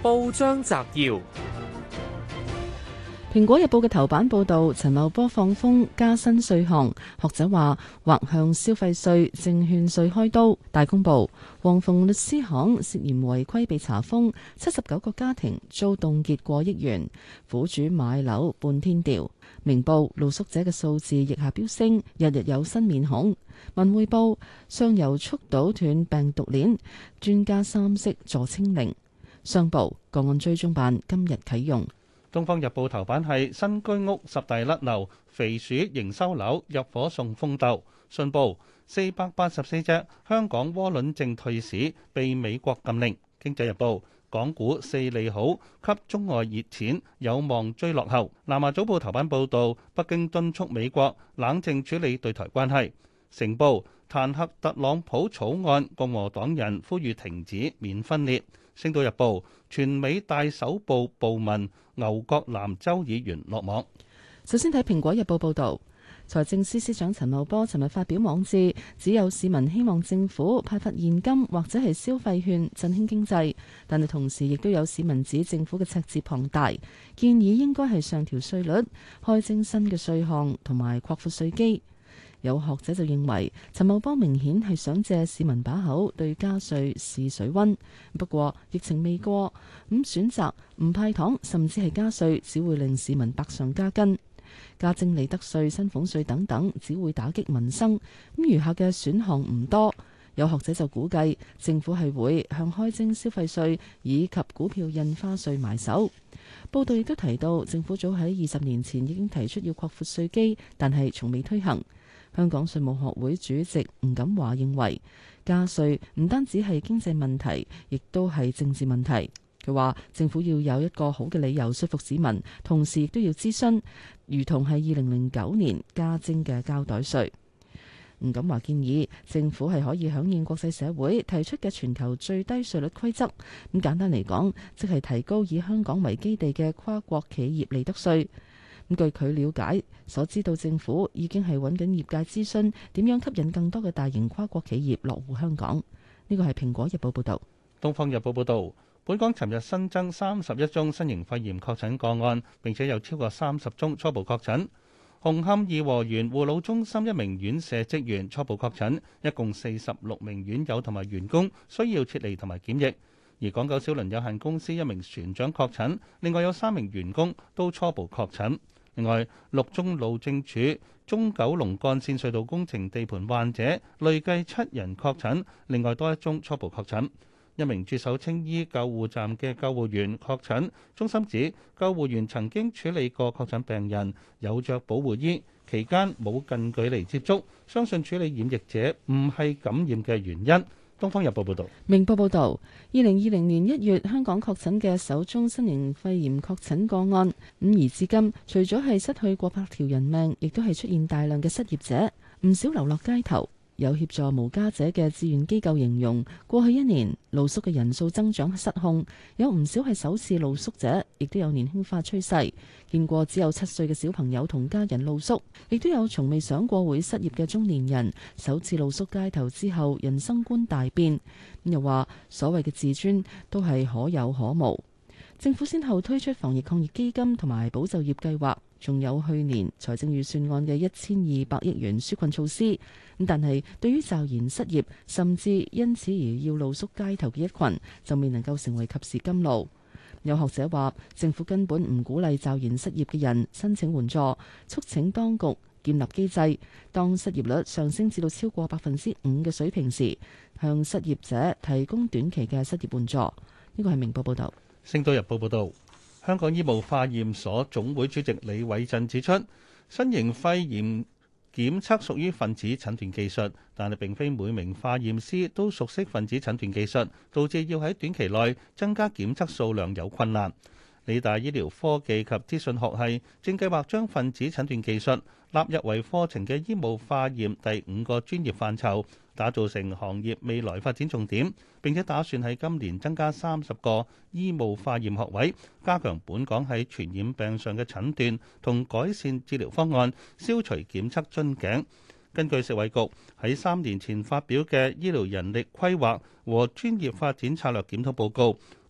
報章摘要： 蘋果日報嘅頭版報道，陳茂波放風加新稅項，學者話或向消費稅、證券稅開刀。大公報，黃鳳律師行涉嫌違規被查封，79個家庭遭凍結過億元，苦主買樓半天吊。明報，露宿者嘅數字逆下飆升，日日有新面孔。文匯報，上游速堵斷病毒鏈，專家三息助清零。商報，個案追蹤辦今日啟用。 東方日報頭版係新居屋10大甩樓，肥鼠營收樓入伙送風豆。信報484隻香港窩輪證退市，被美國禁令。經濟日報港股4利好，吸中外熱錢，有望追落後。南華早報頭版報導，北京敦促美國冷靜處理對台關係。成報彈劾特朗普草案，共和黨人呼籲停止免分裂。星島日報全美大搜捕暴民，牛角南州議員落網。 首先睇蘋果日報報導，財政司司長陳茂波尋日發表網誌，只有市民希望政府派發現金或者係消費券振興經濟，但係同時亦都有市民指政府嘅赤字龐大，建議應該係上調稅率、開徵新嘅稅項同埋擴闊稅基。有學者就認為，陳茂波明顯係想借市民把口對加稅試水溫。不過疫情未過，咁選擇唔派糖，甚至係加稅，只會令市民百上加斤。加徵利得稅、薪俸稅等等，只會打擊民生。咁餘下嘅選項唔多。有學者就估計，政府係會向開徵消費稅以及股票印花稅埋手。報道亦都提到，政府早喺20年前已經提出要擴闊稅基，但係從未推行。香港稅務學會主席吳錦華認為，加稅唔單止係經濟問題，亦都係政治問題。佢話政府要有一個好嘅理由說服市民，同時亦都要諮詢，如同係2009年加徵嘅膠袋稅。吳錦華建議政府係可以響應國際社會提出嘅全球最低稅率規則。咁簡單嚟講，即係提高以香港為基地嘅跨國企業利得稅。據佢了解所知道，政府已經係揾緊業界諮詢點樣吸引更多嘅大型跨國企業落戶香港。呢個係蘋果日報報導。 東方日報報導，本港尋日新增31宗新型肺炎確診個案，並且有超過30宗初步確診。紅磡頤和園護老中心一名院舍職員初步確診，一共46名院友同埋員工需要撤離同埋檢疫。而港九小輪有限公司一名船長確診，另外有3名員工都初步確診。另外，6宗路政署中九龍幹線隧道工程地盤患者，累計7人確診，另外多1宗初步確診。一名駐守青衣救護站嘅救護員確診，中心指救護員曾經處理過確診病人，有着保護衣，期間冇近距離接觸，相信處理染疫者唔係感染嘅原因。《東方日報》報導， 明報報導，2020年1月香港確診嘅首宗新型肺炎確診個案，而至今除咗係失去過百條人命，亦都係出現大量嘅失業者，唔少流落街頭。有協助無家者嘅志願機構形容，過去1年露宿嘅人數增長失控，有唔少係首次露宿者，亦都有年輕化趨勢。見過只有7歲嘅小朋友同家人露宿，亦都有從未想過會失業嘅中年人，首次露宿街頭之後，人生觀大變。又話所謂嘅自尊都係可有可無。政府先後推出防疫抗疫基金同埋保就業計劃，仲有去年財政預算案嘅1200億元紓困措施。但係對於驟然失業，甚至因此而要露宿街頭嘅一群，就未能夠成為及時甘露。有學者話，政府根本唔鼓勵驟然失業嘅人申請援助，促請當局建立機制，當失業率上升至到超過5%嘅水平時，向失業者提供短期嘅失業援助。呢個係明報報導。 《星島日報》報導，香港醫務化驗所總會主席李偉振指出，新型肺炎檢測屬於分子診斷技術，但係並非每名化驗師都熟悉分子診斷技術，導致要喺短期內增加檢測數量有困難。理大醫療科技及資訊學系正計劃將分子診斷技術納入為課程嘅醫務化驗第5個專業範疇，打造成行業未來發展重點。並且打算喺今年增加30個醫務化驗學位，加強本港喺傳染病上嘅診斷同改善治療方案，消除檢測樽頸。根據食衛局喺3年前發表嘅醫療人力規劃和專業發展策略檢討報告，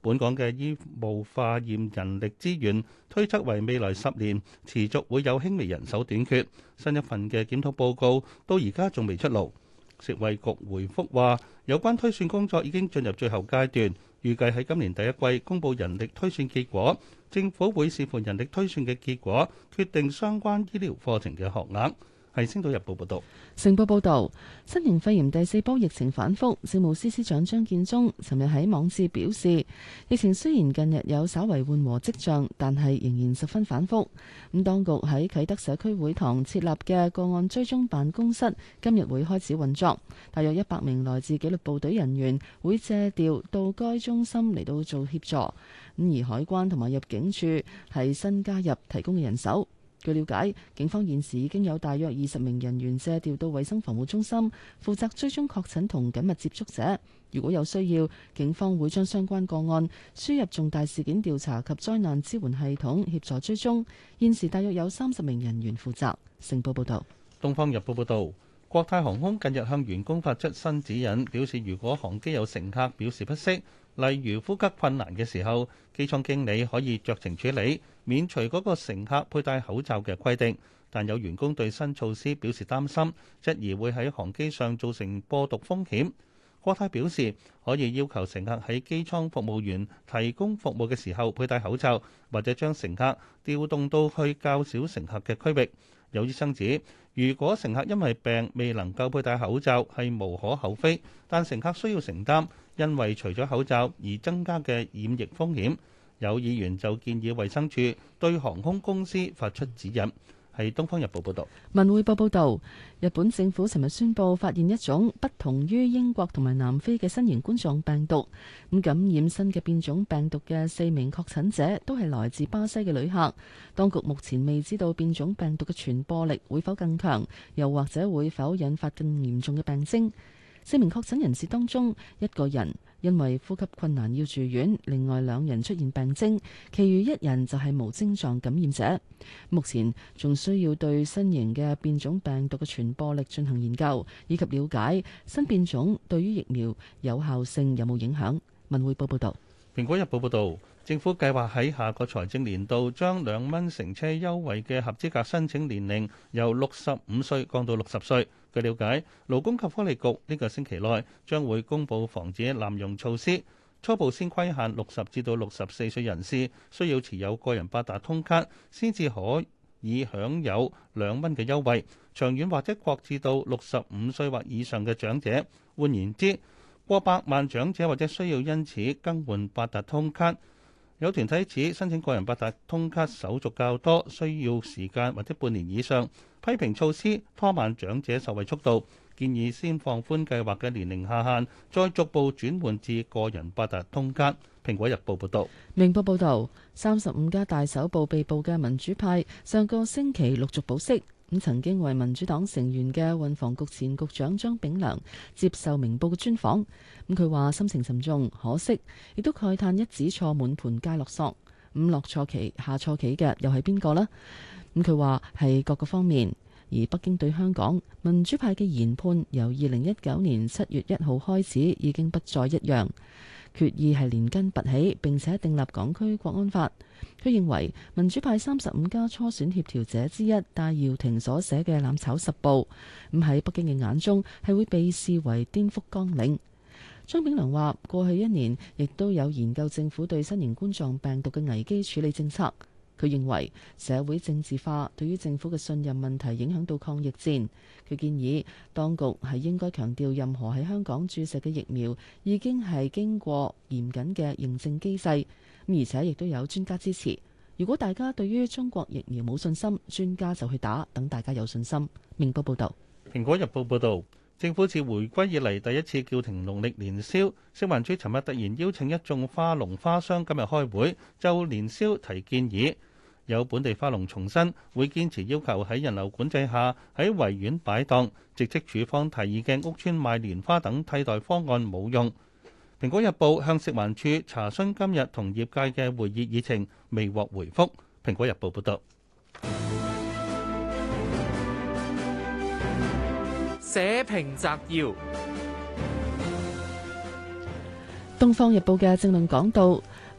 本港嘅醫務化驗人力資源推測為未來10年持續會有輕微人手短缺。新一份嘅檢討報告到而家仲未出爐。食衛局回覆話，有關推算工作已經進入最後階段，預計喺今年第一季公佈人力推算結果。政府會視乎人力推算嘅結果，決定相關醫療課程嘅學額。係《星島日報》報導。 成報報導，新型肺炎第4波疫情反覆，政務司司長張建宗尋日喺網誌表示，疫情雖然近日有稍為緩和跡象，但係仍然十分反覆。咁當局喺啟德社區會堂設立嘅個案追蹤辦公室今日會開始運作，大約100名來自紀律部隊人員會借調到該中心嚟到做協助。咁而海關同埋入境處係新加入提供嘅人手。據了解，警方現時已經有大約20名人員借調到衛生防護中心，負責追蹤確診同緊密接觸者。如果有需要，警方會將相關個案輸入重大事件調查及災難支援系統協助追蹤。現時大約有30名人員負責。成報報導。 《東方日報》報導，國泰航空近日向員工發出新指引，表示如果航機有乘客表示不適，例如呼吸困難嘅時候，機艙經理可以酌情處理，免除嗰個乘客佩戴口罩嘅規定。但有員工對新措施表示擔心，質疑會喺航機上造成播毒風險。國泰表示可以要求乘客喺機艙服務員提供服務嘅時候佩戴口罩，或者將乘客調動到去較少乘客嘅區域。有醫生指，如果乘客因為病未能夠佩戴口罩係無可厚非，但乘客需要承擔因為除咗口罩而增加嘅染疫風險。有議員就建議衛生署對航空公司發出指引。係《東方日報》報導。 文匯報報導，日本政府尋日宣布發現一種不同於英國同埋南非嘅新型冠狀病毒。咁感染新嘅變種病毒嘅4名確診者都係來自巴西嘅旅客。當局目前未知道變種病毒嘅傳播力會否更強，又或者會否引發更嚴重嘅病徵。4名確診人士當中，一個人因為呼吸困難要住院，另外2人出現病徵，其餘1人就係無症狀感染者。目前仲需要對新型嘅變種病毒嘅傳播力進行研究，以及了解新變種對於疫苗有效性有冇影響。文匯報報導。 蘋果日報報導，政府計劃喺下個財政年度將2蚊乘車優惠嘅合資格申請年齡由65歲降到60歲。據了解，勞工及福利局呢個星期內將會公布防止濫用措施，初步先規限60至到64歲人士需要持有個人八達通卡先至可以享有2蚊嘅優惠，長遠或者擴至到65歲或以上嘅長者。換言之，過百萬長者或者需要因此更換八達通卡。有團體指申請個人八達通卡手續較多，需要時間或者半年以上，批評措施拖慢長者受惠速度，建議先放寬計劃嘅年齡下限，再逐步轉換至個人八達通卡。蘋果日報報導。 明報報導，35家大搜捕被捕嘅民主派上個星期陸續保釋。咁曾經為民主黨成員嘅運房局前局長張炳良接受明報嘅專訪，咁佢話心情沉重，可惜，亦都慨嘆一紙錯滿盤皆落索。咁落錯棋下錯棋嘅又係邊個呢？咁佢話係各個方面，而北京對香港民主派嘅研判由2019年7月1號開始已經不再一樣。決意係連根拔起，並且訂立港區國安法。佢認為民主派35家初選協調者之一戴耀廷所寫嘅攬炒十步，咁喺北京嘅眼中係會被視為顛覆綱領。張炳良話：過去1年亦都有研究政府對新型冠狀病毒嘅危機處理政策。佢認為社會政治化對於政府嘅信任問題影響到抗疫戰。佢建議當局係應該強調，任何喺香港注射嘅疫苗已經係經過嚴謹嘅認證機制，而且亦都有專家支持。如果大家對於中國疫苗冇信心，專家就去打，等大家有信心。明報報導。 蘋果日報報導，政府自回歸以嚟第一次叫停農曆年宵，食環署尋日突然邀請一眾花農花商今日開會，就年宵提建議。有本地花農重申會堅持要求喺人流管制下喺維園擺檔，直斥署方提議嘅屋邨賣蓮花等替代方案冇用。蘋果日報向食環署查詢今日同業界嘅會議議程，未獲回覆。蘋果日報報道。 社評摘要。 《東方日報》嘅政論講到，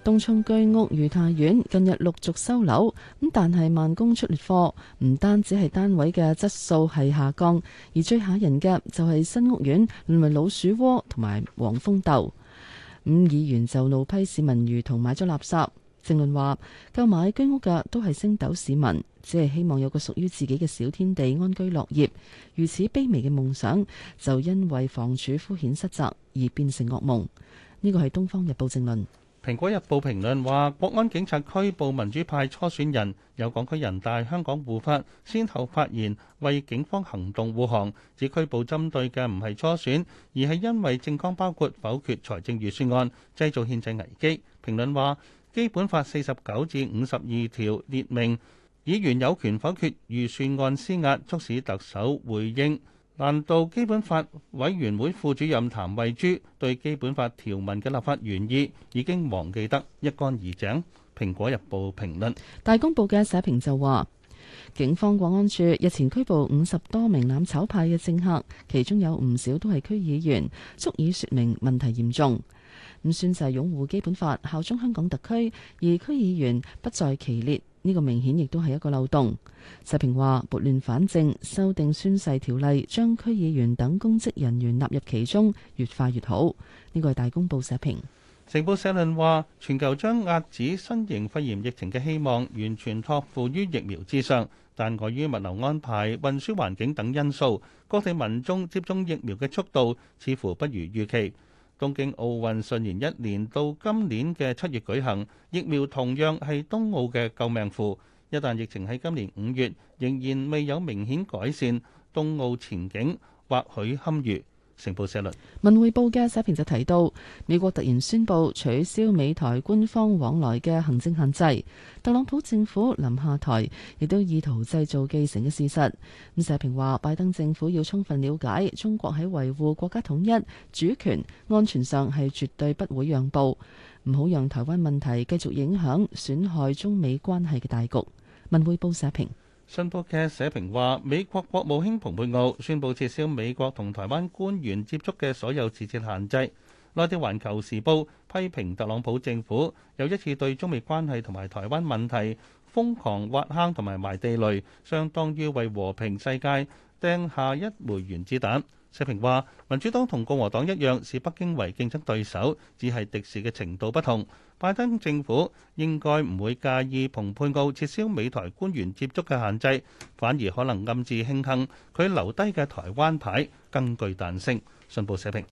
東涌居屋裕泰苑近日陸續收樓，咁但係慢工出劣貨，唔單止係單位嘅質素係下降，而最嚇人嘅就係新屋苑淪為老鼠窩同埋黃蜂竇。議員就怒批市民如同買咗垃圾。政論話，購買居屋嘅都係星斗市民，只係希望有個屬於自己嘅小天地安居樂業。如此卑微嘅夢想，就因為房署敷衍失責而變成噩夢。呢個係《東方日報》政論。 《蘋果日報》評論話，國安警察拘捕民主派初選人，有港區人大、香港護法先後發言為警方行動護航，指拘捕針對嘅唔係初選，而係因為政綱包括否決財政預算案，製造憲制危機。評論話，基本法49至52條列明，議員有權否決預算案施壓，促使特首回應。難道基本法委員會副主任譚慧珠對基本法條文嘅立法原意已經忘記得一乾二淨？蘋果日報評論。 大公報嘅社評就話，警方國安處日前拘捕50多名攬炒派嘅政客，其中有唔少都係區議員，足以說明問題嚴重。咁宣誓擁護基本法、效忠香港特區，而區議員不在其列，呢個明顯亦都係一個漏洞。社評話，撥亂反正，修訂宣誓條例，將區議員等公職人員納入其中，越快越好。呢個係大公報社評。 成報社論話，全球將遏止新型肺炎疫情嘅希望完全託付於疫苗之上，但礙於物流安排、運輸環境等因素，各地民眾接種疫苗嘅速度似乎不如預期。東京奧運順延1年到今年嘅7月舉行，疫苗同樣係東奧嘅救命符。一旦疫情喺今年5月仍然未有明顯改善，東奧前景或許堪虞。成報社論。 文匯報嘅社評就提到，美國突然宣布取消美台官方往來嘅行政限制，特朗普政府臨下台亦都意圖製造既成嘅事實。咁社評話，拜登政府要充分了解中國喺維護國家統一、主權、安全上係絕對不會讓步，唔好讓台灣問題繼續影響損害中美關係嘅大局。文匯報社評。 信報嘅社評話，美國國務卿蓬佩奧宣布撤銷美國同台灣官員接觸嘅所有自設限制。內地環球時報批評特朗普政府又一次對中美關係同埋台灣問題瘋狂挖坑同埋埋地雷，相當於為和平世界掟下一枚原子彈。社評話，民主黨同共和黨一樣視北京為競爭對手，只係敵視嘅程度不同。拜登政府應該唔會介意蓬佩奧撤銷美台官員接觸嘅限制，反而可能暗自慶幸佢留低嘅台灣牌更具彈性。信報社評。